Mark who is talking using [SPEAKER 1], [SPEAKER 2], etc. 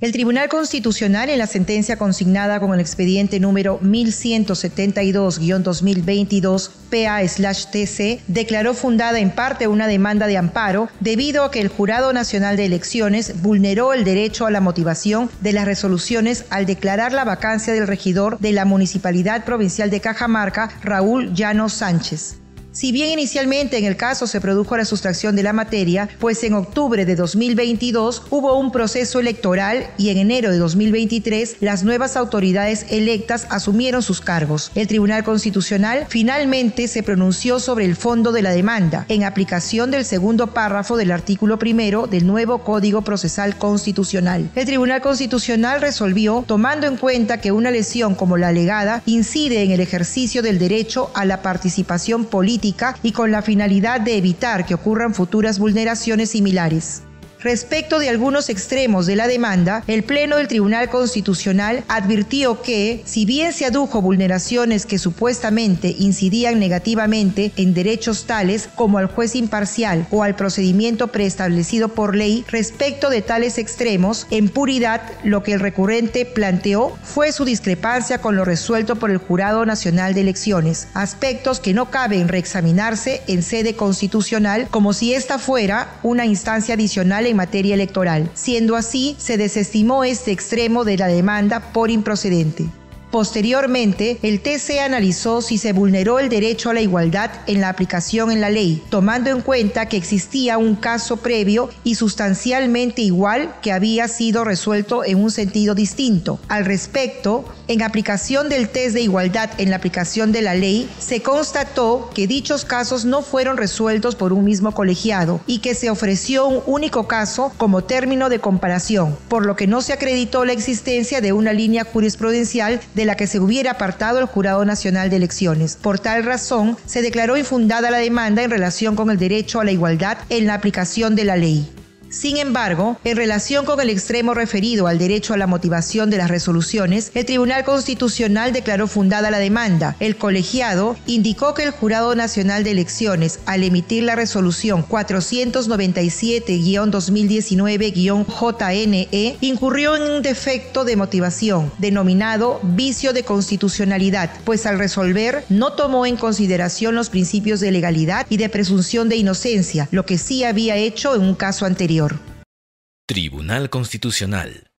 [SPEAKER 1] El Tribunal Constitucional, en la sentencia consignada con el expediente número 1172-2022 PA/TC, declaró fundada en parte una demanda de amparo debido a que el Jurado Nacional de Elecciones vulneró el derecho a la motivación de las resoluciones al declarar la vacancia del regidor de la Municipalidad Provincial de Cajamarca, Raúl Llanos Sánchez. Si bien inicialmente en el caso se produjo la sustracción de la materia, pues en octubre de 2022 hubo un proceso electoral y en enero de 2023 las nuevas autoridades electas asumieron sus cargos. El Tribunal Constitucional finalmente se pronunció sobre el fondo de la demanda, en aplicación del segundo párrafo del artículo 1 del nuevo Código Procesal Constitucional. El Tribunal Constitucional resolvió, tomando en cuenta que una lesión como la alegada incide en el ejercicio del derecho a la participación política y con la finalidad de evitar que ocurran futuras vulneraciones similares. Respecto de algunos extremos de la demanda, el Pleno del Tribunal Constitucional advirtió que, si bien se adujo vulneraciones que supuestamente incidían negativamente en derechos tales como al juez imparcial o al procedimiento preestablecido por ley, respecto de tales extremos, en puridad, lo que el recurrente planteó fue su discrepancia con lo resuelto por el Jurado Nacional de Elecciones, aspectos que no caben reexaminarse en sede constitucional como si esta fuera una instancia adicional en materia electoral. Siendo así, se desestimó este extremo de la demanda por improcedente. Posteriormente, el TC analizó si se vulneró el derecho a la igualdad en la aplicación en la ley, tomando en cuenta que existía un caso previo y sustancialmente igual que había sido resuelto en un sentido distinto. Al respecto, en aplicación del test de igualdad en la aplicación de la ley, se constató que dichos casos no fueron resueltos por un mismo colegiado y que se ofreció un único caso como término de comparación, por lo que no se acreditó la existencia de una línea jurisprudencial de la que se hubiera apartado el Jurado Nacional de Elecciones. Por tal razón, se declaró infundada la demanda en relación con el derecho a la igualdad en la aplicación de la ley. Sin embargo, en relación con el extremo referido al derecho a la motivación de las resoluciones, el Tribunal Constitucional declaró fundada la demanda. El colegiado indicó que el Jurado Nacional de Elecciones, al emitir la resolución 497-2019-JNE, incurrió en un defecto de motivación, denominado vicio de constitucionalidad, pues al resolver no tomó en consideración los principios de legalidad y de presunción de inocencia, lo que sí había hecho en un caso anterior.
[SPEAKER 2] Tribunal Constitucional.